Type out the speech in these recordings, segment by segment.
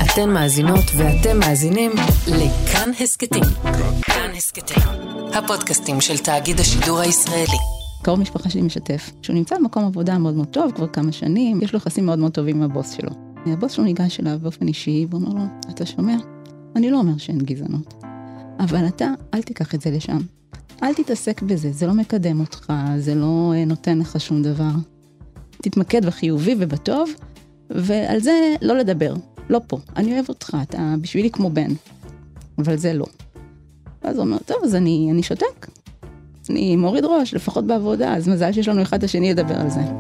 אתן מאזינות ואתם מאזינים לכאן הסקטים. כאן הסקטים, הפודקאסטים של תאגיד השידור הישראלי. קרוב משפחה שלי משתף, שהוא נמצא במקום עבודה מאוד מאוד טוב, כבר כמה שנים, יש לו יחסים מאוד מאוד טובים עם הבוס שלו. הבוס שלו ניגש אליו באופן אישי, ואומר לו, אתה שומע? אני לא אומר שאין גזענות, אבל אתה, אל תיקח את זה לשם. אל תתעסק בזה, זה לא מקדם אותך, זה לא נותן לך שום דבר. תתמקד בחיובי ובטוב, ועל זה לא לדבר, לא פה. אני אוהב אותך, אתה בשבילי כמו בן, אבל זה לא. אז הוא אומר, טוב, אז אני שותק. אני מוריד ראש, לפחות בעבודה, אז מזל שיש לנו אחד השני לדבר על זה.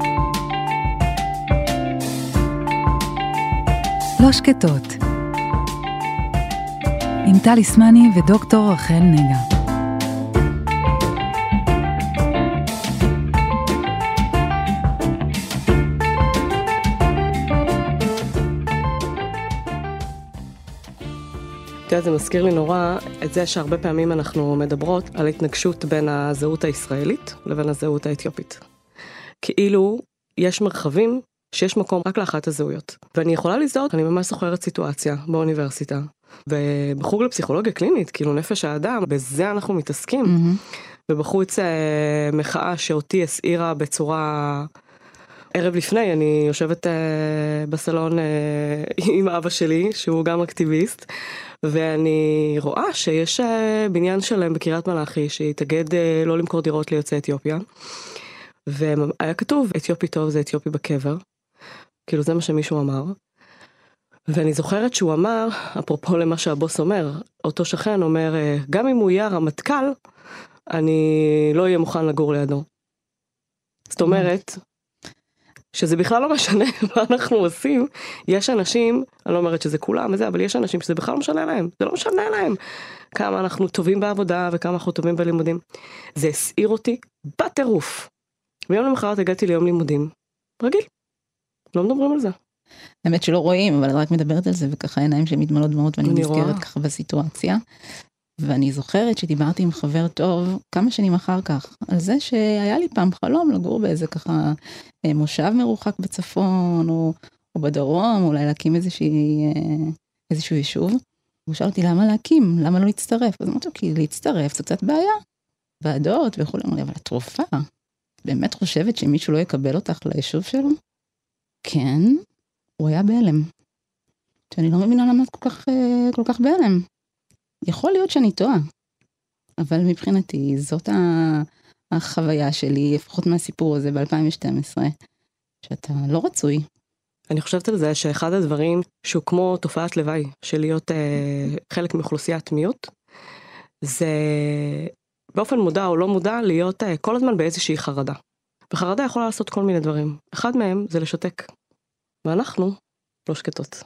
לא שקטות. עם טל איסמני ודוקטור רחל נגה. זה מזכיר לי נורא את זה שהרבה פעמים אנחנו מדברות על התנגשות בין הזהות הישראלית לבין הזהות האתיופית. כאילו יש מרחבים שיש מקום רק לאחת הזהויות. ואני יכולה להזדהות, אני ממש זוכרת סיטואציה באוניברסיטה, ובחוג לפסיכולוגיה קלינית, כאילו נפש האדם, בזה אנחנו מתעסקים. ובחוץ מחאה שאותי הסעירה בצורה... ערב לפני אני יושבת בסלון עם אבא שלי, שהוא גם אקטיביסט, ואני רואה שיש בניין שלם בקריית מלאכי, שהתאגד לא למכור דירות ליוצאי אתיופיה, והיה כתוב, אתיופי טוב זה אתיופי בקבר, כאילו זה מה שמישהו אמר, ואני זוכרת שהוא אמר, אפרופו למה שהבוס אומר, אותו שכן אומר, גם אם הוא יהיה רמטכ"ל, אני לא אהיה מוכן לגור לידו. זאת אומרת, שזה בכלל לא משנה מה אנחנו עושים, יש אנשים, אני לא אומרת שזה כולם וזה, אבל יש אנשים שזה בכלל לא משנה להם, זה לא משנה להם, כמה אנחנו טובים בעבודה וכמה אנחנו טובים בלימודים. זה הסעיר אותי בטירוף. ויום למחרת הגעתי ליום לימודים, רגיל, לא מדברים על זה. האמת שלא רואים, אבל רק מדברת על זה, וככה עיניים שמתמלות דמעות, ואני נזכרת ככה בסיטואציה. ואני זוכרת שדיברתי עם חבר טוב כמה שנים אחר כך, על זה שהיה לי פעם חלום לגור באיזה ככה מושב מרוחק בצפון, או בדרום, אולי להקים איזשהו יישוב. הוא שאל אותי למה להקים, למה לא להצטרף? אז אמרתי, כי להצטרף זה קצת בעיה. ועדות וכו', אמר לי, אבל התרופה, באמת חושבת שמישהו לא יקבל אותך ליישוב שלו? כן, הוא היה בהלם. שאני לא מבינה למה כל כך בהלם. יכול להיות שאני טועה, אבל מבחינתי זאת החוויה שלי, לפחות מהסיפור הזה ב-2012, שאתה לא רצוי. אני חושבת על זה שאחד הדברים שהוא כמו תופעת לוואי, של להיות חלק מאוכלוסיית מיעוט, זה באופן מודע או לא מודע להיות כל הזמן באיזושהי חרדה. וחרדה יכולה לעשות כל מיני דברים. אחד מהם זה לשתק. ואנחנו לא שקטות.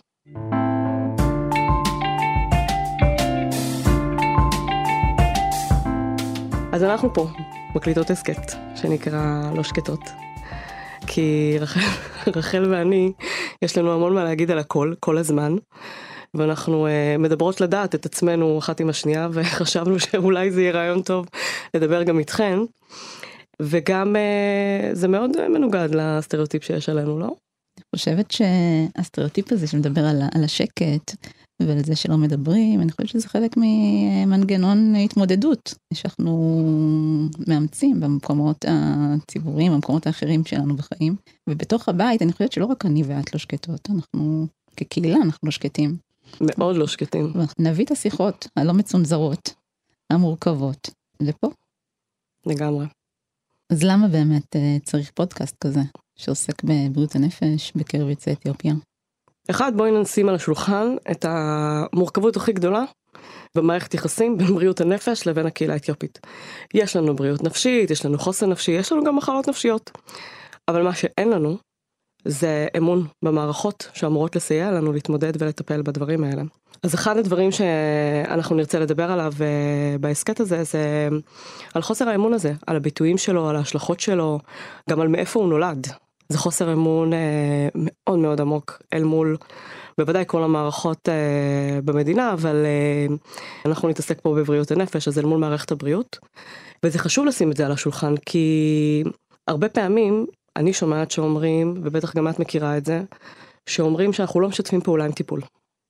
אז אנחנו פה, מקליטות הסקט, שנקרא לא שקטות. כי רחל ואני, יש לנו המון מה להגיד על הכל, כל הזמן. ואנחנו מדברות לדעת את עצמנו אחת עם השנייה, וחשבנו שאולי זה יהיה רעיון טוב לדבר גם איתכן. וגם זה מאוד מנוגד לסטריאוטיפ שיש עלינו, לא? אני חושבת שהסטריאוטיפ הזה שמדבר על השקט, ועל זה שלא מדברים, אני חושבת שזה חלק ממנגנון התמודדות, שאנחנו מאמצים במקומות הציבוריים, במקומות האחרים שלנו בחיים, ובתוך הבית אני חושבת שלא רק אני ואת לא שקטות, אנחנו כקהילה אנחנו לא שקטים. מאוד לא שקטים. נביא את השיחות הלא מצונזרות, המורכבות, לפה. לגמרי. אז למה באמת צריך פודקאסט כזה, שעוסק בבריאות הנפש בקרב יוצאי אתיופיה? אחד, בואי נשים על השולחן את המורכבות הכי גדולה במערכת יחסים בין בריאות הנפש לבין הקהילה האתיופית. יש לנו בריאות נפשית, יש לנו חוסן נפשי, יש לנו גם מחלות נפשיות. אבל מה שאין לנו זה אמון במערכות שאמורות לסייע לנו להתמודד ולטפל בדברים האלה. אז אחד הדברים שאנחנו נרצה לדבר עליו בעסקת הזה, זה על חוסר האמון הזה, על הביטויים שלו, על ההשלכות שלו, גם על מאיפה הוא נולד. זה חוסר אמון מאוד מאוד עמוק אל מול, בוודאי כל המערכות במדינה, אבל אנחנו נתעסק פה בבריאות הנפש, אז אל מול מערכת הבריאות. וזה חשוב לשים את זה על השולחן, כי הרבה פעמים אני שומעת שאומרים, ובטח גם את מכירה את זה, שאומרים שאנחנו לא משתפים פעולה עם טיפול.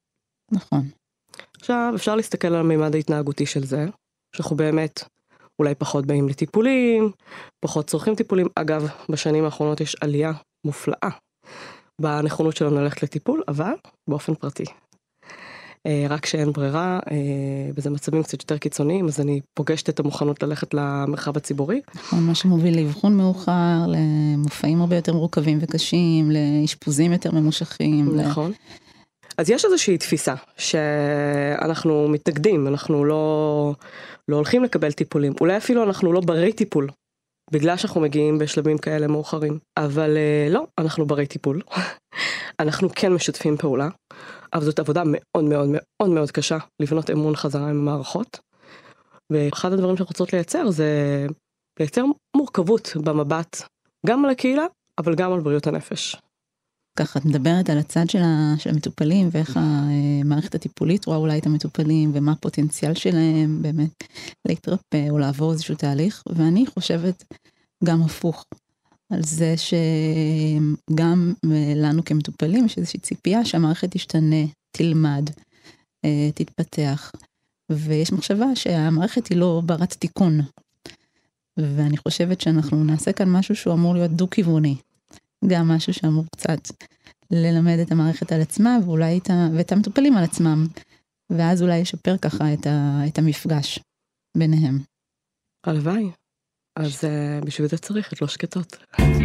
נכון. עכשיו, אפשר להסתכל על הממד ההתנהגותי של זה, שאנחנו באמת אולי פחות באים לטיפולים, פחות צורכים טיפולים. אגב, בשנים האחרונות יש עלייה מופלאה בנכונות שלנו ללכת לטיפול, אבל באופן פרטי. רק שאין ברירה, בזה מצבים קצת יותר קיצוניים, אז אני פוגשת את המוכנות ללכת למרחב הציבורי. נכון, מה שמוביל לאבחון מאוחר, למופעים הרבה יותר מורכבים וקשים, לאשפוזים יותר ממושכים. נכון. אז יש איזושהי תפיסה שאנחנו מתנגדים, אנחנו לא הולכים לקבל טיפולים, אולי אפילו אנחנו לא ברי טיפול, בגלל שאנחנו מגיעים בשלבים כאלה מאוחרים, אבל לא, אנחנו ברי טיפול, אנחנו כן משתפים פעולה, אבל זאת עבודה מאוד מאוד מאוד מאוד קשה, לבנות אמון חזרה עם המערכות, ואחד הדברים שאנחנו רוצות לייצר זה לייצר מורכבות במבט, גם על הקהילה, אבל גם על בריאות הנפש. ככה, את מדברת על הצד של המטופלים, ואיך המערכת הטיפולית רואה אולי את המטופלים, ומה הפוטנציאל שלהם באמת להתרפא או לעבור איזשהו תהליך, ואני חושבת גם הפוך, על זה שגם לנו כמטופלים יש איזושהי ציפייה שהמערכת תשתנה, תלמד, תתפתח, ויש מחשבה שהמערכת היא לא ברת תיקון, ואני חושבת שאנחנו נעשה כאן משהו שהוא אמור להיות דו-כיווני, גם משהו שאמור קצת ללמד את המערכת על עצמה, ואולי ואת המטופלים על עצמם, ואז אולי ישפר ככה את המפגש ביניהם. הלוואי. אז בשביל זה צריך את לא שקטות.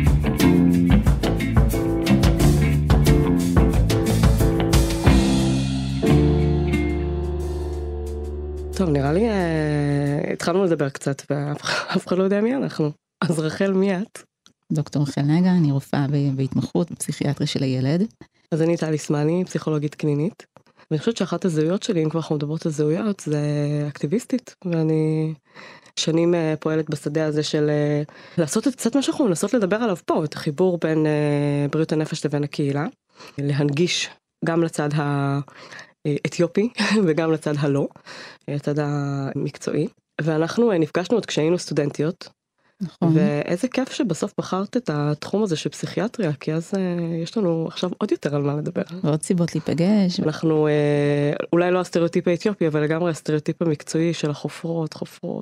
טוב, נראה לי התחלנו לדבר קצת, ואף אחד לא יודע מי אנחנו. אז רחל, מי את? דוקטור רחל נגה, אני רופאה בהתמחות בפסיכיאטריה של הילד. אז אני טלי סמני, פסיכולוגית קלינית. ואני חושבת שאחת הזהויות שלי, אם כבר אנחנו מדברות על זהויות, זה אקטיביסטית. ואני שנים פועלת בשדה הזה של לעשות את קצת מה שאנחנו מנסות לדבר עליו פה, את החיבור בין בריאות הנפש לבין הקהילה. להנגיש גם לצד האתיופי וגם לצד הלא, לצד המקצועי. ואנחנו נפגשנו עוד כשהיינו סטודנטיות. נכון. ואיזה כיף שבסוף בחרת את התחום הזה של פסיכיאטריה, כי אז יש לנו עכשיו עוד יותר על מה לדבר. ועוד סיבות להיפגש. אנחנו אולי לא הסטריאוטיפ האתיופי, אבל לגמרי הסטריאוטיפ המקצועי של החופרות.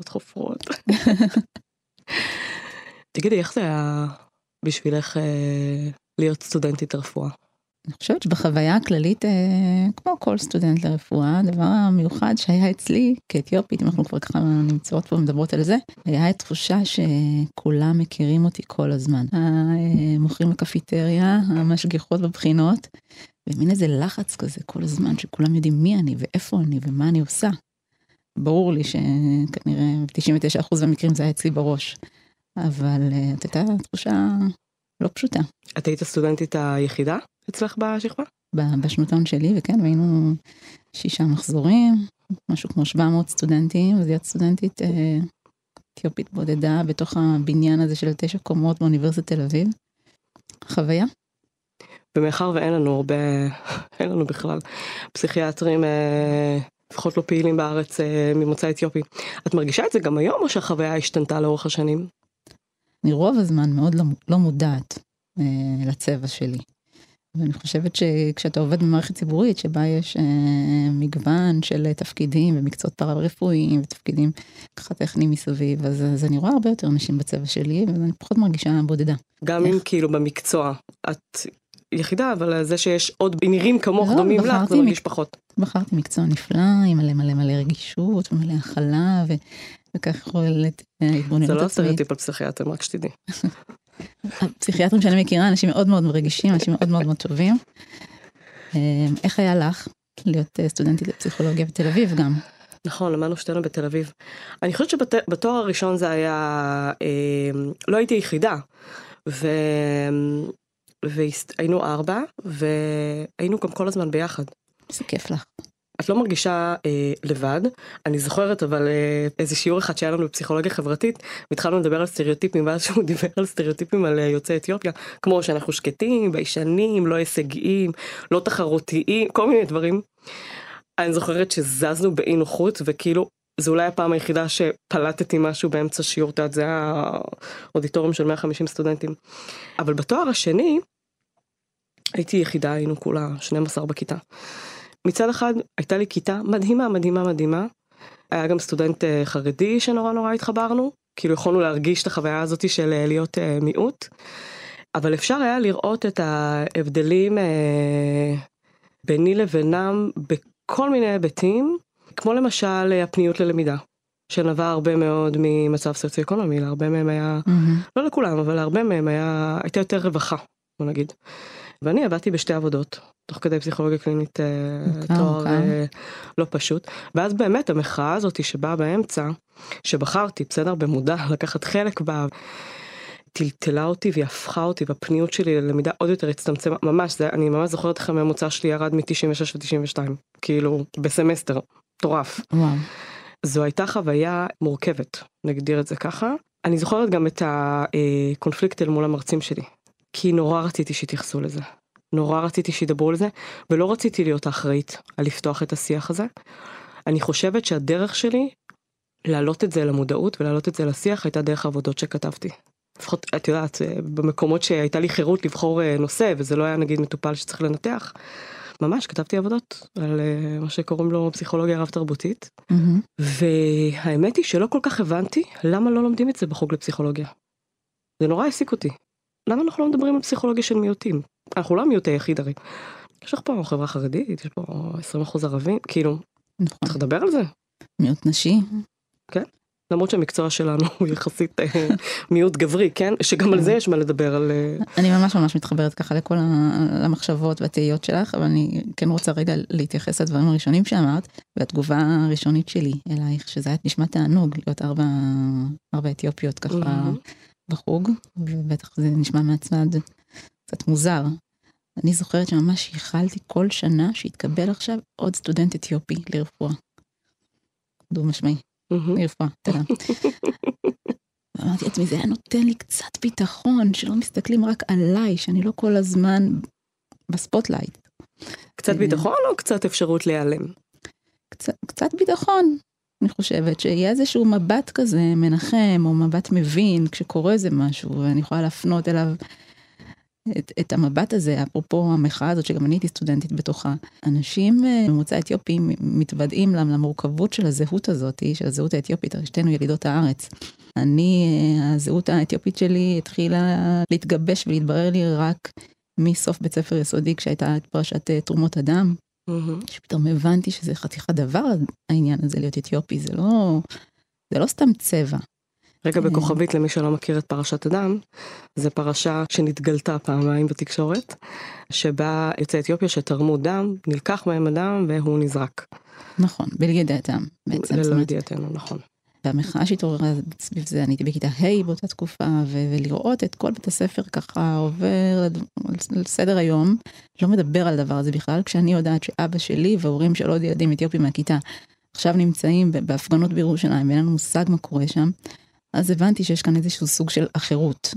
תגידי, איך זה היה בשבילך להיות סטודנטית רפואה? אני חושבת שבחוויה הכללית, כמו כל סטודנט לרפואה, הדבר המיוחד שהיה אצלי כאתיופית, אם אנחנו כבר ככה נמצאות פה ומדברות על זה, היה תחושה שכולם מכירים אותי כל הזמן. המוכרים בקפיטריה, המשגיחות בבחינות, ומין איזה לחץ כזה כל הזמן, שכולם יודעים מי אני ואיפה אני ומה אני עושה. ברור לי שכנראה 99% מהמקרים זה היה אצלי בראש, אבל הייתה תחושה לא פשוטה. את היית הסטודנטית היחידה אצלך בשכבה? בשנותון שלי, וכן, והיינו 6 מחזורים, משהו כמו 700 סטודנטים, אז להיות סטודנטית אתיופית בודדה בתוך הבניין הזה של 9 קומות באוניברסיטת תל אביב. חוויה. ומאחר ואין לנו הרבה, אין לנו בכלל פסיכיאטרים, לפחות לא פעילים בארץ ממוצא אתיופי. את מרגישה את זה גם היום, או שהחוויה השתנתה לאורך השנים? אני רוב הזמן מאוד לא מודעת לצבע שלי. ואני חושבת שכשאתה עובד במערכת ציבורית, שבה יש מגוון של תפקידים ומקצועות פארה-רפואיים ותפקידים ככה טכניים מסביב, אז אני רואה הרבה יותר אנשים בצבע שלי, ואני פחות מרגישה בודדה. גם אם כאילו במקצוע את יחידה, אבל זה שיש עוד נראים כמוך דומים לך, זה מרגיש פחות. בחרתי מקצוע נפלא, עם מלא רגישות ומלא הכלה, וכך יכולת התבוננות עצמית. זה לא סטריאוטיפ על פסיכיאטרים, רק שתדעי. הפסיכיאטרים שאני מכירה, אנשים מאוד מאוד רגישים, אנשים מאוד מאוד טובים. איך היה לך להיות סטודנטית לפסיכולוגיה בתל אביב גם? נכון, למדנו שתינו בתל אביב. אני חושבת שבתואר הראשון זה היה, לא הייתי יחידה, והיינו 4, והיינו גם כל הזמן ביחד. זה כיף לך. את לא מרגישה לבד, אני זוכרת אבל איזה שיעור אחד שהיה לנו בפסיכולוגיה חברתית, והתחלנו לדבר על סטריאוטיפים, ואז שהוא דיבר על סטריאוטיפים על יוצאי אתיופיה, כמו שאנחנו שקטים, ביישנים, לא הישגיים, לא תחרותיים, כל מיני דברים. אני זוכרת שזזנו באי נוחות, וכאילו, זו אולי הפעם היחידה שפלטתי משהו באמצע שיעור, זה היה אודיטוריום של 150 סטודנטים. אבל בתואר השני, הייתי יחידה, היינו כולה 12 בכיתה. מצד אחד הייתה לי כיתה מדהימה, מדהימה, מדהימה. היה גם סטודנט חרדי שנורא נורא התחברנו, כאילו יכולנו להרגיש את החוויה הזאת של להיות מיעוט, אבל אפשר היה לראות את ההבדלים ביני לבינם בכל מיני היבטים, כמו למשל הפניות ללמידה, שנבע הרבה מאוד ממצב סוציו-אקונומי, להרבה מהם היה, לא לכולם, אבל להרבה מהם הייתה יותר רווחה, בוא נגיד. ואני עבדתי בשתי עבודות, תוך כדי פסיכולוגיה קלינית, תואר לא פשוט. ואז באמת המחאה הזאת שבאה באמצע, שבחרתי, בסדר, במודע, לקחת חלק בה, טלטלה אותי והפכה אותי, והפניות שלי ללמידה עוד יותר הצטמצמה, ממש, אני ממש זוכרת איך הממוצע שלי ירד מ-96 ו-92, כאילו בסמסטר, טורף. וואו. זו הייתה חוויה מורכבת, נגדיר את זה ככה. אני זוכרת גם את הקונפליקט אל מול המרצים שלי, כי נורא רציתי שיתייחסו לזה. נורא רציתי שידברו לזה, ולא רציתי להיות האחראית על לפתוח את השיח הזה. אני חושבת שהדרך שלי להעלות את זה למודעות ולהעלות את זה לשיח הייתה דרך העבודות שכתבתי. לפחות, את יודעת, במקומות שהייתה לי חירות לבחור נושא, וזה לא היה נגיד מטופל שצריך לנתח, ממש כתבתי עבודות על מה שקוראים לו פסיכולוגיה רב תרבותית, והאמת היא שלא כל כך הבנתי למה לא לומדים את זה בחוג לפסיכולוגיה. זה נורא העסיק אותי. למה אנחנו לא מדברים על פסיכולוגיה של מיעוטים? אנחנו לא מיעוט היחיד הרי. יש לך פה חברה חרדית, יש פה 20% ערבים, כאילו, צריך לדבר על זה. מיעוט נשי. כן. למרות שהמקצוע שלנו הוא יחסית מיעוט גברי, כן? שגם על זה יש מה לדבר על... אני ממש ממש מתחברת ככה לכל המחשבות והתהיות שלך, אבל אני כן רוצה רגע להתייחס לדברים הראשונים שאמרת, והתגובה הראשונית שלי אלייך, שזה היה נשמע תענוג להיות ארבע אתיופיות ככה בחוג, ובטח זה נשמע מהצד קצת מוזר. אני זוכרת שממש ייחלתי כל שנה שהתקבל עכשיו עוד סטודנט אתיופי לרפואה. דו משמעי. לרפואה, תודה. ואמרתי לעצמי, זה היה נותן לי קצת ביטחון, שלא מסתכלים רק עליי, שאני לא כל הזמן בספוטלייט. קצת ביטחון או קצת אפשרות להיעלם? קצת ביטחון. אני חושבת שיהיה איזשהו מבט כזה מנחם, או מבט מבין, כשקורה איזה משהו, ואני יכולה להפנות אליו את המבט הזה, אפרופו המחאה הזאת, שגם אני הייתי סטודנטית בתוכה. אנשים ממוצא אתיופים מתוודעים למורכבות של הזהות הזאת, של הזהות האתיופית, שתינו ילידות הארץ. הזהות האתיופית שלי התחילה להתגבש ולהתברר לי רק מסוף בית ספר יסודי, כשהייתה את פרשת תרומות אדם, שפתאום הבנתי שזה חתיכת דבר, העניין הזה להיות אתיופי, זה לא סתם צבע. רגע בכוכבית למי שלא מכיר את פרשת אדם, זה פרשה שנתגלתה פעמיים בתקשורת, שבה יוצאי אתיופיה שתרמו דם, נלקח מהם הדם והוא נזרק. נכון, בלי ידיעתם בעצם. ללא ידיעתנו, נכון. והמחאה שהתעוררה סביב זה, אני הייתי בכיתה ה' באותה תקופה, ולראות את כל בית הספר ככה עובר על סדר היום, לא מדבר על דבר הזה בכלל, כשאני יודעת שאבא שלי והורים של עוד ילדים אתיופים מהכיתה, עכשיו נמצאים בהפגנות בירושלים, ואין לנו מושג מה קורה שם, אז הבנתי שיש כאן איזשהו סוג של אחרות,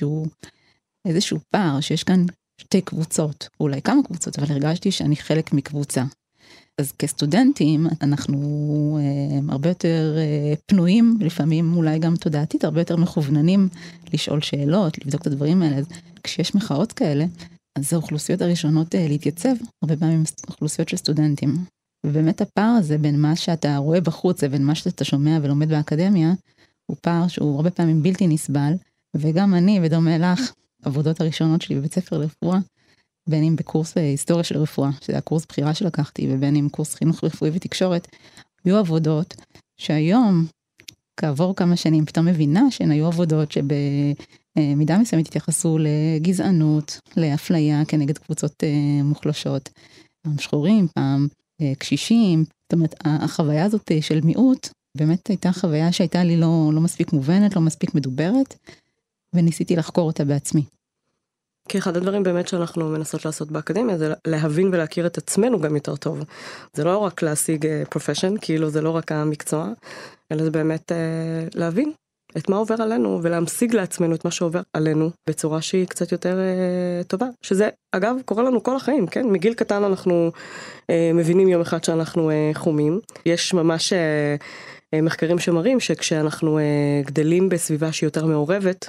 איזשהו פער, שיש כאן שתי קבוצות, אולי כמה קבוצות, אבל הרגשתי שאני חלק מקבוצה. אז כסטודנטים, אנחנו הרבה יותר פנויים, לפעמים אולי גם תודעתית, הרבה יותר מכווננים לשאול שאלות, לבדוק את הדברים האלה. אז כשיש מחאות כאלה, אז זה האוכלוסיות הראשונות להתייצב, הרבה פעמים אוכלוסיות של סטודנטים. ובאמת הפער הזה בין מה שאתה רואה בחוץ, ובין מה שאתה שומע ולומד באקדמיה, הוא פער שהוא הרבה פעמים בלתי נסבל, וגם אני, ודומה לך, עבודות הראשונות שלי בבית ספר לרפואה, בין אם בקורס היסטוריה של רפואה, שזה הקורס בחירה שלקחתי, ובין אם קורס חינוך רפואי ותקשורת, היו עבודות שהיום, כעבור כמה שנים, פתאום מבינה שהן היו עבודות שבמידה מסוימת התייחסו לגזענות, לאפליה כנגד קבוצות מוחלשות, פעם שחורים, פעם קשישים, זאת אומרת, החוויה הזאת של מיעוט, באמת הייתה חוויה שהייתה לי לא מספיק מובנת, לא מספיק מדוברת, וניסיתי לחקור אותה בעצמי. כי אחד הדברים באמת שאנחנו מנסות לעשות באקדמיה, זה להבין ולהכיר את עצמנו גם יותר טוב. זה לא רק להשיג פרופשן, כאילו זה לא רק המקצוע, אלא זה באמת להבין את מה עובר עלינו, ולהמשיג לעצמנו את מה שעובר עלינו, בצורה שהיא קצת יותר טובה. שזה, אגב, קורה לנו כל החיים, כן? מגיל קטן אנחנו מבינים יום אחד שאנחנו חומים. יש ממש מחקרים שמראים שכשאנחנו גדלים בסביבה שהיא יותר מעורבת,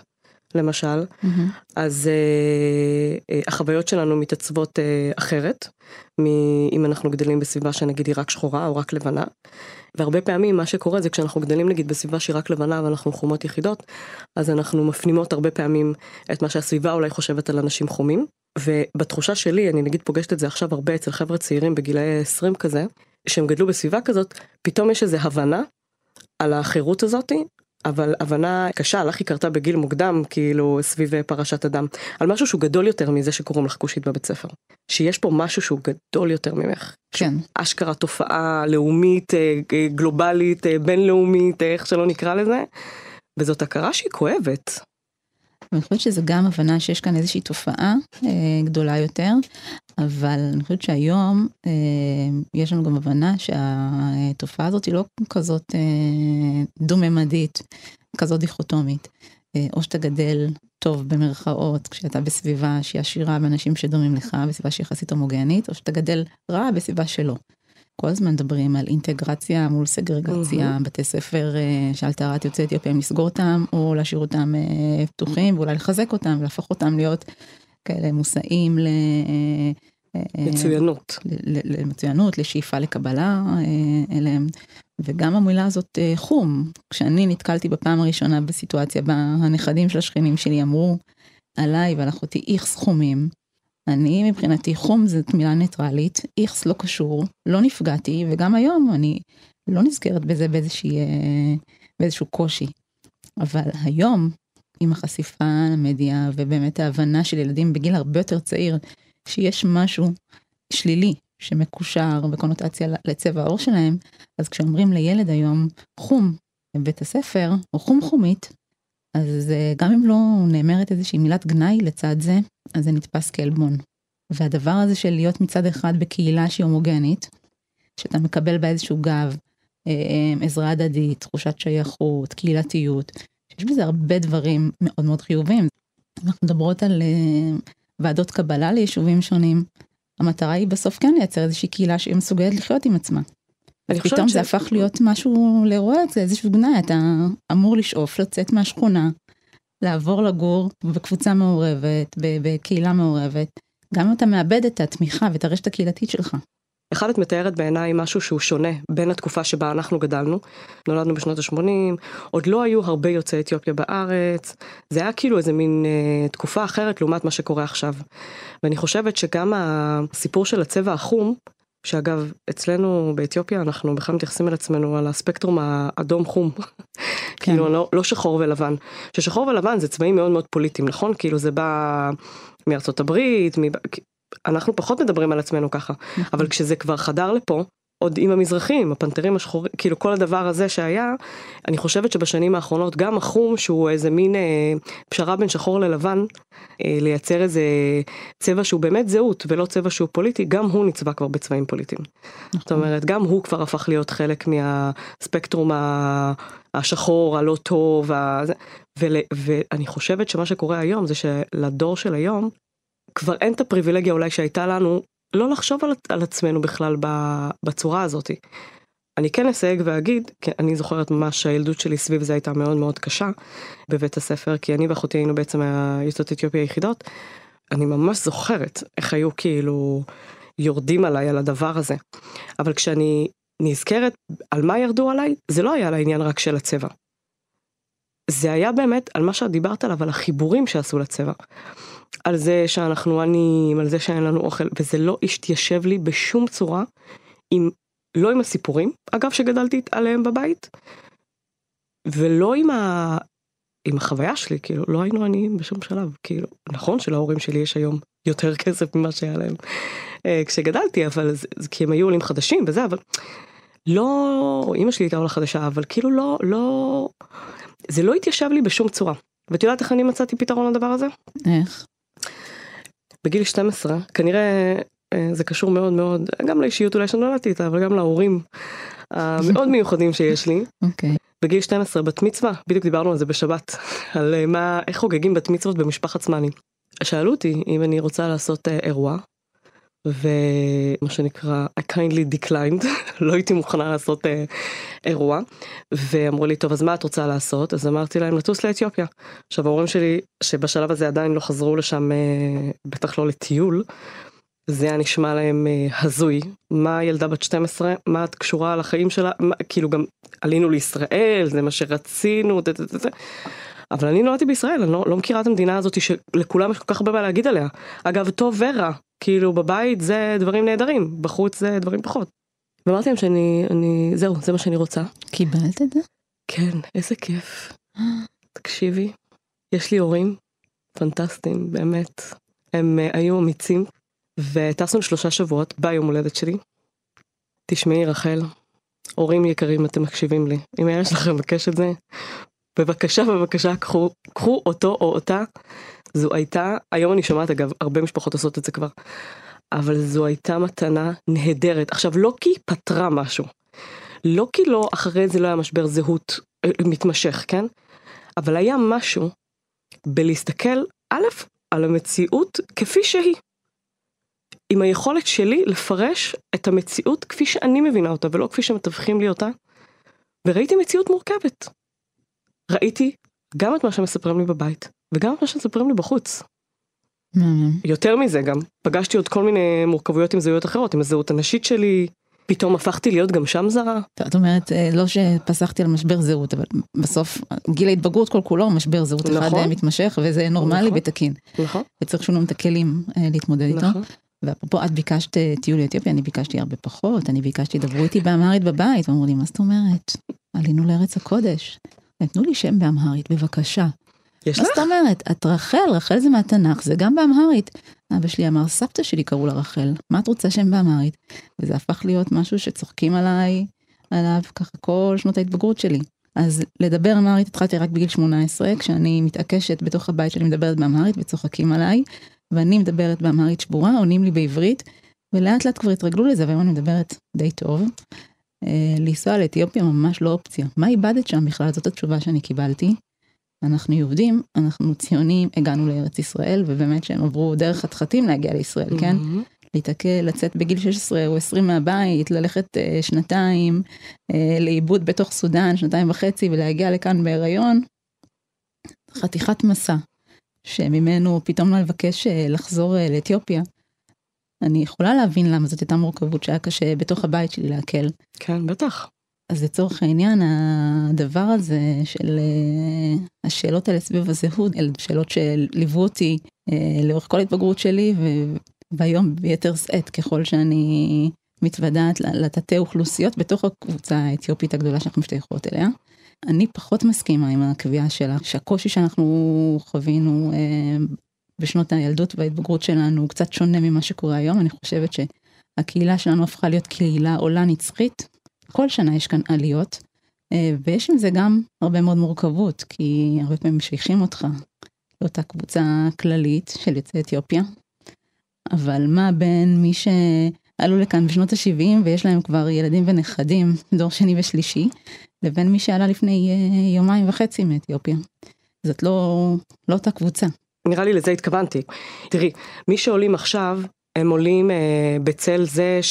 למשל, אז החוויות שלנו מתעצבות אחרת, אם אנחנו גדלים בסביבה שנגיד היא רק שחורה או רק לבנה, והרבה פעמים מה שקורה זה כשאנחנו גדלים נגיד בסביבה שהיא רק לבנה ואנחנו חומות יחידות, אז אנחנו מפנימות הרבה פעמים את מה שהסביבה אולי חושבת על אנשים חומים, ובתחושה שלי, אני נגיד פוגשת את זה עכשיו הרבה אצל חבר'ה צעירים בגילאי 20 כזה, שהם גדלו בסביבה כזאת, פתאום יש איזו הבנה על החירות הזאת, אבל הבנה קשה, לך היא קרתה בגיל מוקדם, כאילו סביב פרשת אדם, על משהו שהוא גדול יותר מזה שקוראים לך כושית בבית ספר. שיש פה משהו שהוא גדול יותר ממך. כן. אשכרה תופעה לאומית, גלובלית, בינלאומית, איך שלא נקרא לזה, וזאת הכרה שהיא כואבת. אני חושבת שזה גם הבנה שיש כאן איזושהי תופעה גדולה יותר, אבל אני חושבת שהיום יש לנו גם הבנה שהתופעה הזאת היא לא כזאת דו-ממדית, כזאת דיכוטומית. או שאתה גדל טוב במרכאות, כשאתה בסביבה שהיא עשירה באנשים שדומים לך, בסביבה שהיא יחסית הומוגנית, או שאתה גדל רע בסביבה שלו. כל הזמן מדברים על אינטגרציה מול סגרגציה, בתי ספר שעל טהרת יוצאי אתיופיה, לסגור אותם, או להשאיר אותם פתוחים, ואולי לחזק אותם, להפוך אותם להיות כאלה מושאים למצוינות, לשאיפה לקבלה אליהם. וגם המילה הזאת חום, כשאני נתקלתי בפעם הראשונה בסיטואציה, בה הנכדים של השכנים שלי אמרו עליי ועל אחותי איכס חומים, אני מבחינתי חום זאת מילה ניטרלית, איכס לא קשור, לא נפגעתי, וגם היום אני לא נזכרת בזה באיזשהו קושי. אבל היום, עם החשיפה למדיה, ובאמת ההבנה של ילדים בגיל הרבה יותר צעיר, שיש משהו שלילי, שמקושר בקונוטציה לצבע העור שלהם, אז כשאומרים לילד היום חום בבית הספר, או חום חומית, אז גם אם לא נאמרת איזושהי מילת גנאי לצד זה, אז זה נתפס כעלבון. והדבר הזה של להיות מצד אחד בקהילה שהיא הומוגנית, שאתה מקבל בה איזשהו גב, עזרה הדדית, תחושת שייכות, קהילתיות, שיש בזה הרבה דברים מאוד מאוד חיוביים. אנחנו מדברות על ועדות קבלה ליישובים שונים, המטרה היא בסוף כן לייצר איזושהי קהילה שהיא מסוגלת לחיות עם עצמה. פתאום זה הפך להיות משהו לראות את זה, איזשהו גנאי, אתה אמור לשאוף, לצאת מהשכונה, לעבור לגור בקבוצה מעורבת, בקהילה מעורבת, גם אם אתה מאבד את התמיכה ואת הרשת הקהילתית שלך. אחד את מתארת בעיניי משהו שהוא שונה בין התקופה שבה אנחנו גדלנו, נולדנו בשנות ה-80, עוד לא היו הרבה יוצאי אתיופיה בארץ, זה היה כאילו איזה מין תקופה אחרת לעומת מה שקורה עכשיו. ואני חושבת שגם הסיפור של הצבע החום, שאגב, אצלנו באתיופיה אנחנו בכלל מתייחסים על עצמנו על הספקטרום האדום חום, כאילו לא שחור ולבן, ששחור ולבן זה צבעים מאוד מאוד פוליטיים, נכון? כאילו זה בא מארצות הברית, אנחנו פחות מדברים על עצמנו ככה, אבל כשזה כבר חדר לפה, עוד עם המזרחים, הפנתרים השחורים, כאילו כל הדבר הזה שהיה, אני חושבת שבשנים האחרונות גם החום שהוא איזה מין פשרה בין שחור ללבן, לייצר איזה צבע שהוא באמת זהות ולא צבע שהוא פוליטי, גם הוא נצבע כבר בצבעים פוליטיים. זאת אומרת, גם הוא כבר הפך להיות חלק מהספקטרום השחור, הלא טוב, ואני חושבת שמה שקורה היום זה שלדור של היום, כבר אין את הפריבילגיה אולי שהייתה לנו, לא לחשוב על עצמנו בכלל בצורה הזאת. אני כן אסייג ואגיד, כי אני זוכרת ממש שהילדות שלי סביב זה הייתה מאוד מאוד קשה בבית הספר, כי אני ואחותי היינו בעצם היוצאות אתיופיה היחידות, אני ממש זוכרת איך היו כאילו יורדים עליי על הדבר הזה. אבל כשאני נזכרת על מה ירדו עליי, זה לא היה על העניין רק של הצבע. זה היה באמת על מה שאת דיברת עליו, על החיבורים שעשו לצבע. על זה שאנחנו עניים, על זה שאין לנו אוכל, וזה לא השתיישב לי בשום צורה, לא עם הסיפורים, אגב שגדלתי עליהם בבית, ולא עם החוויה שלי, כאילו, לא היינו עניים בשום שלב, כאילו, נכון שלהורים שלי יש היום יותר כסף ממה שהיה להם כשגדלתי, אבל זה כי הם היו עולים חדשים וזה, אבל לא, אמא שלי הייתה עולה חדשה, אבל כאילו לא, זה לא התיישב לי בשום צורה. ואת יודעת איך אני מצאתי פתרון לדבר הזה? איך? בגיל 12, כנראה זה קשור מאוד מאוד, גם לאישיות אולי שנולדתי איתה, אבל גם להורים המאוד מיוחדים שיש לי. אוקיי. בגיל 12, בת מצווה, בדיוק דיברנו על זה בשבת, על איך חוגגים בת מצוות במשפחת סמני. שאלו אותי אם אני רוצה לעשות אירוע, ומה שנקרא, I kindly declined, לא הייתי מוכנה לעשות אירוע, ואמרו לי, טוב, אז מה את רוצה לעשות? אז אמרתי להם, לטוס לאתיופיה. עכשיו, ההורים שלי, שבשלב הזה עדיין לא חזרו לשם, בטח לא לטיול, זה היה נשמע להם הזוי. מה ילדה בת 12, מה את קשורה על החיים שלה? כאילו גם עלינו לישראל, זה מה שרצינו, אבל אני נולדתי בישראל, אני לא מכירה את המדינה הזאת שלכולם יש כל כך הרבה מה להגיד עליה. אגב, טוב ורע, כאילו בבית זה דברים נהדרים, בחוץ זה דברים פחות. ואמרתי להם זהו, זה מה שאני רוצה. קיבלת את זה? כן, איזה כיף. תקשיבי, יש לי הורים פנטסטיים, באמת. הם היו אמיצים, וטסנו 3 שבועות ביום הולדת שלי. תשמעי רחל, הורים יקרים, אתם מקשיבים לי. אם יש לכם מבקש את זה, בבקשה, קחו אותו או אותה. זו הייתה, היום אני שומעת אגב, הרבה משפחות עושות את זה כבר, אבל זו הייתה מתנה נהדרת. עכשיו, לא כי פתרה משהו, לא כי לא, אחרי זה לא היה משבר זהות מתמשך, כן? אבל היה משהו בלהסתכל, א', על המציאות כפי שהיא. עם היכולת שלי לפרש את המציאות כפי שאני מבינה אותה, ולא כפי שמתווכים לי אותה. וראיתי מציאות מורכבת. ראיתי גם את מה שמספרים לי בבית, וגם את מה שמספרים לי בחוץ. יותר מזה גם, פגשתי עוד כל מיני מורכבויות עם זהויות אחרות, עם הזהות הנשית שלי, פתאום הפכתי להיות גם שם זרה. זאת אומרת, לא שפסחתי על משבר זהות, אבל בסוף גיל ההתבגרות כל כולו, משבר זהות אחד מתמשך, וזה נורמלי ותקין. נכון. וצריך שונים את הכלים להתמודד איתו. ואפרופו, את ביקשת טיול לאתיופיה, אני ביקשתי הרבה פחות, אני ביקשתי, דברו איתי באמהרית בבית, ואמרו לי, מה זאת אומרת? עלינו לארץ הקודש. נתנו לי שם באמהרית, בבקשה. יש לך? מה זאת אומרת? את רחל זה מהתנ"ך, זה גם באמהרית. אבא שלי אמר, סבתא שלי קראו לה רחל, מה את רוצה שם באמהרית? וזה הפך להיות משהו שצוחקים עליו ככה כל שנות ההתבגרות שלי. אז לדבר אמהרית התחלתי רק בגיל 18, כשאני מתעקשת בתוך הבית שלי מדברת באמהרית וצוחקים עליי, ואני מדברת באמהרית שבורה, עונים לי בעברית, ולאט לאט כבר התרגלו לזה, והיום אני מדברת די טוב. לנסוע לאתיופיה ממש לא אופציה. מה איבדת שם בכלל? זאת התשובה שאני קיבלתי. אנחנו יהודים, אנחנו ציונים, הגענו לארץ ישראל, ובאמת שהם עברו דרך חתחתים להגיע לישראל, כן? להתעכל, לצאת בגיל 16 או 20 מהבית, ללכת 2 לאיבוד בתוך סודן, 2.5, ולהגיע לכאן בהיריון. חתיכת מסע, שממנו פתאום לבקש לחזור לאתיופיה. אני יכולה להבין למה זאת הייתה מורכבות שהיה קשה בתוך הבית שלי להקל. כן, בטח. אז לצורך העניין, הדבר הזה של השאלות האלה סביב הזהות, אלה שאלות שליוו אותי לאורך כל ההתבגרות שלי, והיום ביתר שאת, ככל שאני מתוודעת לתתי אוכלוסיות בתוך הקבוצה האתיופית הגדולה שאנחנו משתייכות אליה, אני פחות מסכימה עם הקביעה שלה, שהקושי שאנחנו חווינו בשנות הילדות וההתבגרות שלנו קצת שונה ממה שקורה היום. אני חושבת שהקהילה שלנו הפכה להיות קהילה עולה נצחית, כל שנה יש כאן עליות, ויש עם זה גם הרבה מאוד מורכבות, כי הרבה פעמים משייכים אותך לאותה קבוצה כללית של יוצאי אתיופיה, אבל מה בין מי שעלו לכאן בשנות ה-70 ויש להם כבר ילדים ונכדים, דור שני ושלישי, לבין מי שעלה לפני 2.5 מאתיופיה. זאת לא אותה קבוצה. נראה לי לזה התכוונתי. תראי, מי שעולים עכשיו, הם עולים בצל זה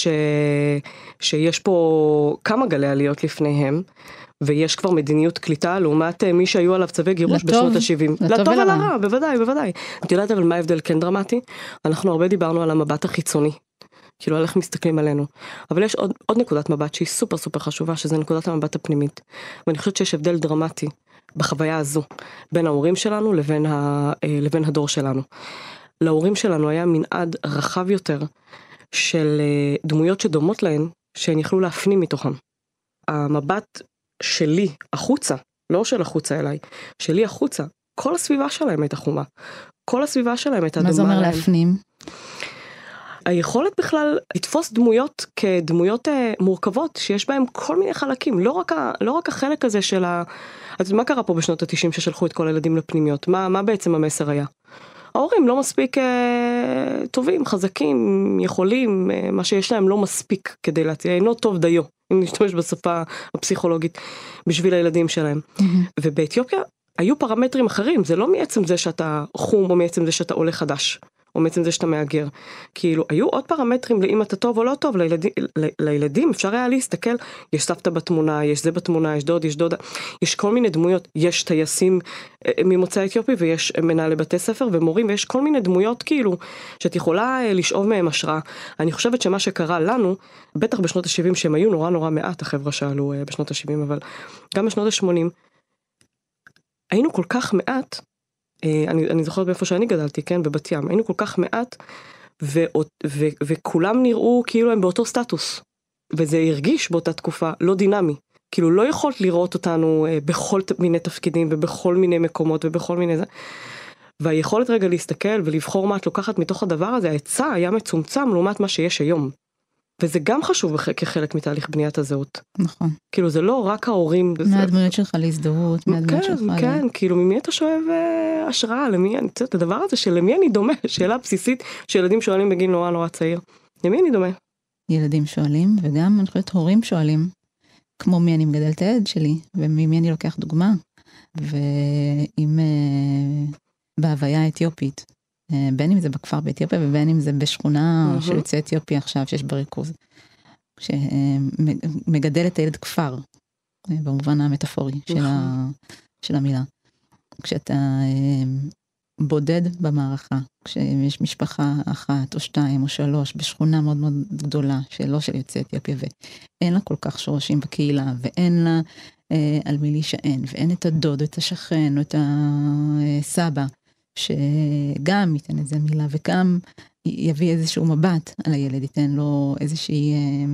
שיש פה כמה גלי עליות לפניהם, ויש כבר מדיניות קליטה, לעומת מי שהיו עליו צווי גירוש בשנות ה-70. לטוב ולרע, בוודאי. את יודעת אבל מה ההבדל כן דרמטי? אנחנו הרבה דיברנו על המבט החיצוני, כאילו על איך מסתכלים עלינו. אבל יש עוד נקודת מבט שהיא סופר סופר חשובה, שזה נקודת המבט הפנימית. ואני חושבת שיש הבדל דרמטי בחוויה הזו, בין ההורים שלנו לבין הדור שלנו. להורים שלנו היה מנעד רחב יותר של דמויות שדומות להן, שהן יכלו להפנים מתוכם. המבט שלי החוצה, לא של החוצה אליי, שלי החוצה, כל הסביבה שלהם הייתה חומה. כל הסביבה שלהם הייתה דומה להם. מה זה אומר להפנים? היכולת בכלל לתפוס דמויות כדמויות מורכבות, שיש בהם כל מיני חלקים, לא רק החלק הזה של אז מה קרה פה בשנות ה-90 ששלחו את כל הילדים לפנימיות? מה בעצם המסר היה? ההורים לא מספיק טובים, חזקים, יכולים, מה שיש להם לא מספיק כדי להציע, אינו טוב דיו, אם נשתמש בשפה הפסיכולוגית, בשביל הילדים שלהם. ובאתיופיה היו פרמטרים אחרים, זה לא מעצם זה שאתה חום, או מעצם זה שאתה עולה חדש, או מעצם זה שאתה מאגר. כאילו, היו עוד פרמטרים לאם אתה טוב או לא טוב, לילדים אפשר היה להסתכל, יש סבתא בתמונה, יש זה בתמונה, יש דוד, יש דודה, יש כל מיני דמויות, יש טייסים ממוצא אתיופי, ויש מנהלי בתי ספר ומורים, ויש כל מיני דמויות כאילו, שאת יכולה לשאוב מהם השראה. אני חושבת שמה שקרה לנו, בטח בשנות ה-70, שהם היו נורא נורא מעט, החבר'ה שעלו בשנות ה-70, אבל גם בשנות ה-80, היינו כל כך מעט, אני זוכרת באיפה שאני גדלתי, כן, בבת ים, היינו כל כך מעט, וכולם נראו כאילו הם באותו סטטוס, וזה הרגיש באותה תקופה לא דינמי, כאילו לא יכולת לראות אותנו בכל מיני תפקידים, ובכל מיני מקומות, ובכל מיני זה, והיכולת רגע להסתכל ולבחור מה את לוקחת מתוך הדבר הזה, ההיצע היה מצומצם לעומת מה שיש היום. וזה גם חשוב כחלק מתהליך בניית הזהות. נכון. כאילו זה לא רק ההורים. מהדמויות שלך להזדהות, מהדמויות שלך. כן, כאילו ממי אתה שואב השראה, למי, אני חושבת, הדבר הזה של למי אני דומה, שאלה בסיסית שילדים שואלים בגיל נורא נורא צעיר. למי אני דומה? ילדים שואלים, וגם אני חושבת הורים שואלים, כמו מי אני מגדל את העד שלי, וממי אני לוקח דוגמה. ואם בהוויה האתיופית, בין אם זה בכפר באתיופיה, ובין אם זה בשכונה של יוצאי אתיופיה עכשיו, שיש בריכוז, שמגדל את הילד כפר, במובן המטאפורי של המילה. כשאתה בודד במערכה, כשיש משפחה אחת או שתיים או שלוש, בשכונה מאוד מאוד גדולה, שלא של יוצאי אתיופיה, ואין לה כל כך שורשים בקהילה, ואין לה על מי להישען, ואין את הדוד, את השכן, או את הסבא, שגם ייתן איזה מילה, וגם יביא איזשהו מבט על הילד, ייתן לו איזושהי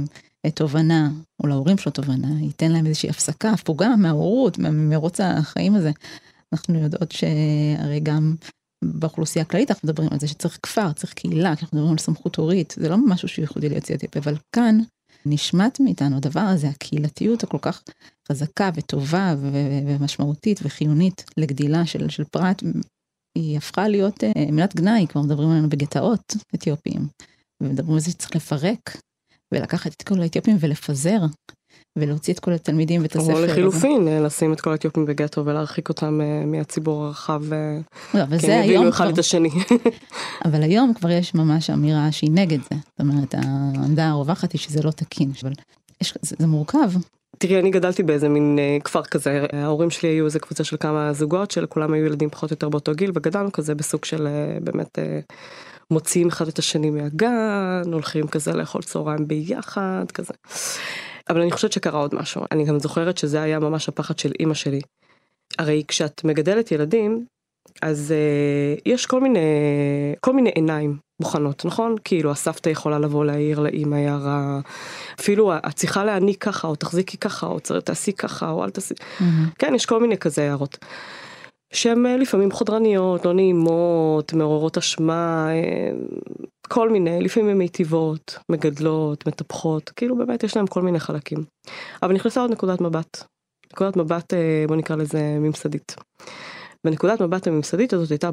תובנה, או להורים שלו תובנה, ייתן להם איזושהי הפסקה, הפוגה מההורות, מרוץ החיים הזה. אנחנו יודעות שהרי גם באוכלוסייה הכללית אנחנו מדברים על זה שצריך כפר, צריך קהילה, אנחנו מדברים על סמכות הורית, זה לא משהו שיחודי ליוצאי אתיופיה, אבל כאן נשמט מאיתנו הדבר הזה, הקהילתיות הכל כך חזקה וטובה ומשמעותית וחיונית לגדילה של פרט, היא הפכה להיות מילת גנאי, כבר מדברים עלינו בגטאות אתיופיים, ומדברים על זה שצריך לפרק, ולקחת את כל האתיופים ולפזר, ולהוציא את כל התלמידים ואת הספר. או לחילופין, לשים את כל האתיופים בגטו, ולהרחיק אותם מהציבור הרחב, כי הם הבינו אחד את השני. אבל היום כבר יש ממש אמירה שהיא נגד זה, זאת אומרת, העמדה הרווחת היא שזה לא תקין, אבל זה מורכב. תראי, אני גדלתי באיזה מין כפר כזה, ההורים שלי היו איזה קבוצה של כמה זוגות, שלכולם היו ילדים פחות או יותר באותו גיל, וגדלנו כזה בסוג של באמת מוציאים אחד את השני מהגן, הולכים כזה לאכול צהריים ביחד, כזה. אבל אני חושבת שקרה עוד משהו, אני גם זוכרת שזה היה ממש הפחד של אמא שלי. הרי כשאת מגדלת ילדים, אז יש כל מיני עיניים בוחנות, נכון? כאילו הסבתא יכולה לבוא להעיר לאמא הערה, אפילו את צריכה להעניק ככה, או תחזיקי ככה, או תעשי ככה, או אל תעשי. כן, יש כל מיני כזה הערות. שהן לפעמים חודרניות, לא נעימות, מעוררות אשמה, כל מיני, לפעמים הן מיטיבות, מגדלות, מטפחות, כאילו באמת יש להם כל מיני חלקים. אבל נכנסה עוד נקודת מבט, בוא נקרא לזה ממסדית. ונקודת מבט הממסדית הזאת הייתה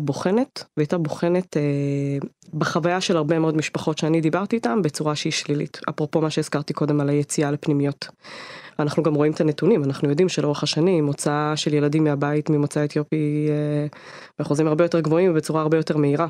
בוחנת בחוויה של הרבה מאוד משפחות שאני דיברתי איתן בצורה שהיא שלילית. אפרופו מה שהזכרתי קודם על היציאה לפנימיות. אנחנו גם רואים את הנתונים, אנחנו יודעים שלאורך השנים, מוצא של ילדים מהבית ממוצא אתיופי באחוזים הרבה יותר גבוהים ובצורה הרבה יותר מהירה.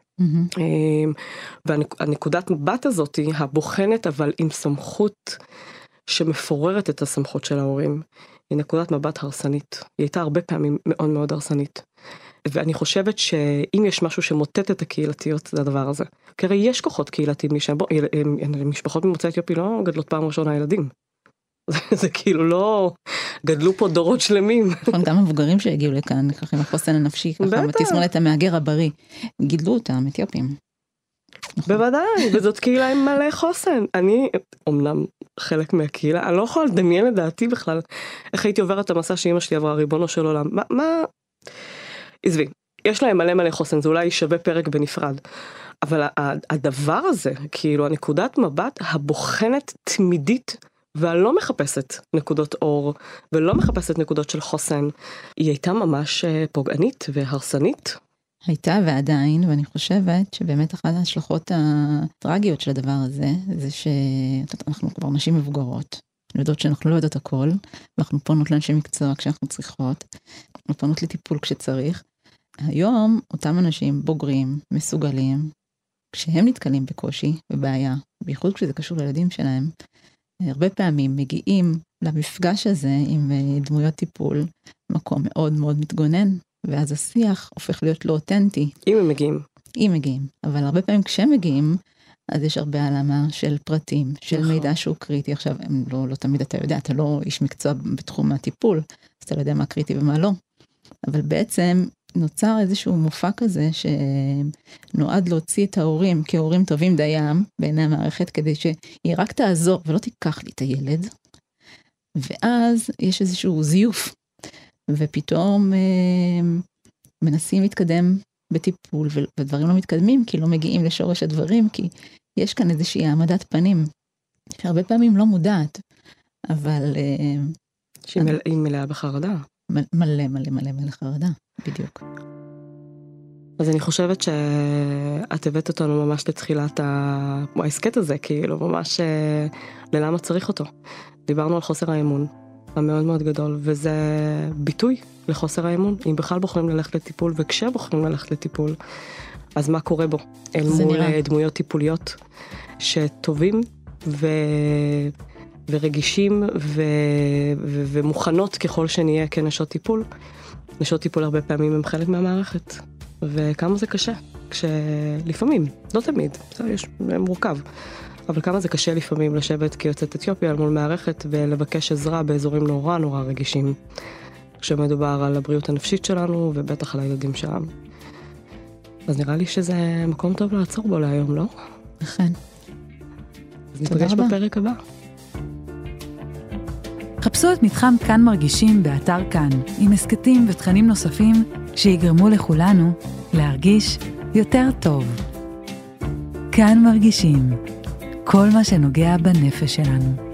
והנקודת מבט הזאת היא הבוחנת אבל עם סמכות שמפוררת את הסמכות של ההורים. היא נקודת מבט הרסנית. היא הייתה הרבה פעמים מאוד מאוד הרסנית. ואני חושבת שאם יש משהו שמוטט את הקהילתיות, זה הדבר הזה. כי הרי יש כוחות קהילתיים, משפחות ממוצא אתיופי לא גדלות פעם ראשונה ילדים. זה כאילו לא, גדלו פה דורות שלמים. נכון, גם מבוגרים שהגיעו לכאן, ככה עם החוסן הנפשי, ככה, תסמונת המהגר הבריא, גידלו אותם, אתיופים. בוודאי, וזאת קהילה עם מלא חוסן. אני, אומנם חלק מהקהילה, אני לא יכולה לדמיין לדעתי בכלל, איך הייתי עוברת את המסע שאמא שלי עברה, ריבונו של עולם. עזבי, יש להם מלא חוסן, זה אולי שווה פרק בנפרד. אבל הדבר הזה, כאילו הנקודת מבט הבוחנת תמידית, ולא מחפשת נקודות אור, ולא מחפשת נקודות של חוסן, היא הייתה ממש פוגענית והרסנית. הייתה ועדיין, ואני חושבת שבאמת אחת ההשלכות הטרגיות של הדבר הזה, זה שאנחנו כבר נשים מבוגרות, אנחנו יודעות שאנחנו לא יודעות הכל, ואנחנו פונות לאנשי מקצוע כשאנחנו צריכות, אנחנו פונות לטיפול כשצריך. היום אותם אנשים בוגרים, מסוגלים, כשהם נתקלים בקושי ובעיה, בייחוד כשזה קשור לילדים שלהם, הרבה פעמים מגיעים למפגש הזה עם דמויות טיפול, מקום מאוד מאוד מתגונן, ואז השיח הופך להיות לא אותנטי. אם הם מגיעים. אם מגיעים, אבל הרבה פעמים כשהם מגיעים, אז יש הרבה העלמה של פרטים, של מידע שהוא קריטי. עכשיו, לא תמיד אתה יודע, אתה לא איש מקצוע בתחום הטיפול, אז אתה לא יודע מה קריטי ומה לא. אבל בעצם נוצר איזשהו מופע כזה, שנועד להוציא את ההורים, כהורים טובים דיים, בעיני המערכת, כדי שהיא רק תעזור, ולא תיקח לי את הילד. ואז יש איזשהו זיוף, ופתאום מנסים להתקדם בטיפול, ודברים לא מתקדמים, כי לא מגיעים לשורש הדברים, כי יש כאן איזושהי העמדת פנים, שהרבה פעמים לא מודעת, אבל... שהיא מלאה בחרדה. מלא חרדה, בדיוק. אז אני חושבת שאת הבאת אותנו ממש לתחילת העסקת הזה, כאילו ממש ללמה צריך אותו. דיברנו על חוסר האמון, המאוד מאוד גדול, וזה ביטוי לחוסר האמון. אם בכלל בוחרים ללכת לטיפול, וכשבוחרים ללכת לטיפול, אז מה קורה בו? אל מול דמויות טיפוליות שטובים ורגישים ומוכנות ככל שנהיה כנשות טיפול. נשות טיפול הרבה פעמים הם חלק מהמערכת, וכמה זה קשה, כשלפעמים, לא תמיד, זה מורכב, אבל כמה זה קשה לפעמים לשבת כיוצאת אתיופיה מול מערכת ולבקש עזרה באזורים נורא נורא רגישים, כשמדובר על הבריאות הנפשית שלנו ובטח על הילדים שלנו. אז נראה לי שזה מקום טוב לעצור בו להיום, לא? נכון. אז ניפגש בפרק הבא. חפשו את מתחם כאן מרגישים באתר כאן, עם הסקטים ותכנים נוספים שיגרמו לכולנו להרגיש יותר טוב. כאן מרגישים, כל מה שנוגע בנפש שלנו.